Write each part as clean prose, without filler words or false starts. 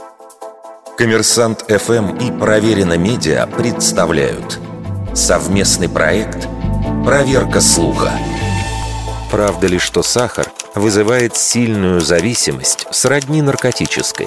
Коммерсант ФМ и Проверено Медиа представляют совместный проект «Проверка слуха». Правда ли, что сахар вызывает сильную зависимость сродни наркотической?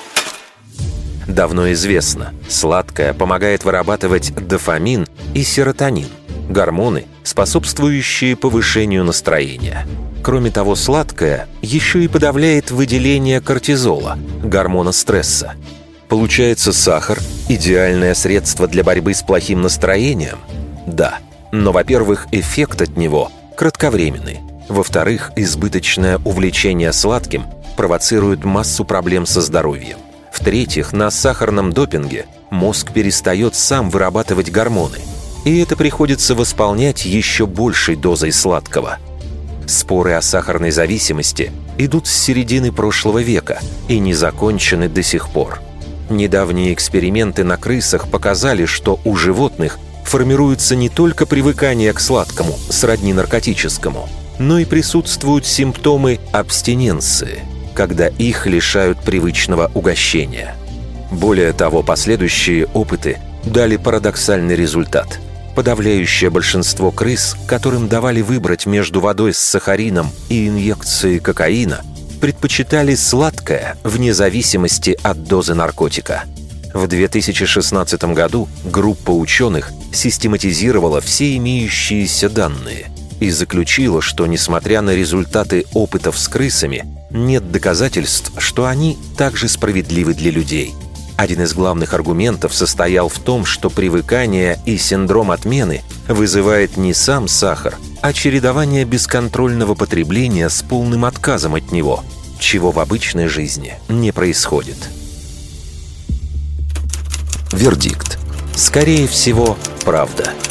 Давно известно, сладкое помогает вырабатывать дофамин и серотонин – гормоны, способствующие повышению настроения. Кроме того, сладкое еще и подавляет выделение кортизола – гормона стресса. Получается, сахар – идеальное средство для борьбы с плохим настроением? Да. Но, во-первых, эффект от него кратковременный. Во-вторых, избыточное увлечение сладким провоцирует массу проблем со здоровьем. В-третьих, на сахарном допинге мозг перестает сам вырабатывать гормоны, и это приходится восполнять еще большей дозой сладкого. Споры о сахарной зависимости идут с середины прошлого века и не закончены до сих пор. Недавние эксперименты на крысах показали, что у животных формируется не только привыкание к сладкому, сродни наркотическому, но и присутствуют симптомы абстиненции, когда их лишают привычного угощения. Более того, последующие опыты дали парадоксальный результат. Подавляющее большинство крыс, которым давали выбрать между водой с сахарином и инъекцией кокаина, предпочитали сладкое вне зависимости от дозы наркотика. В 2016 году группа ученых систематизировала все имеющиеся данные и заключила, что, несмотря на результаты опытов с крысами, нет доказательств, что они также справедливы для людей. Один из главных аргументов состоял в том, что привыкание и синдром отмены вызывает не сам сахар, а чередование бесконтрольного потребления с полным отказом от него, чего в обычной жизни не происходит. Вердикт. Скорее всего, правда.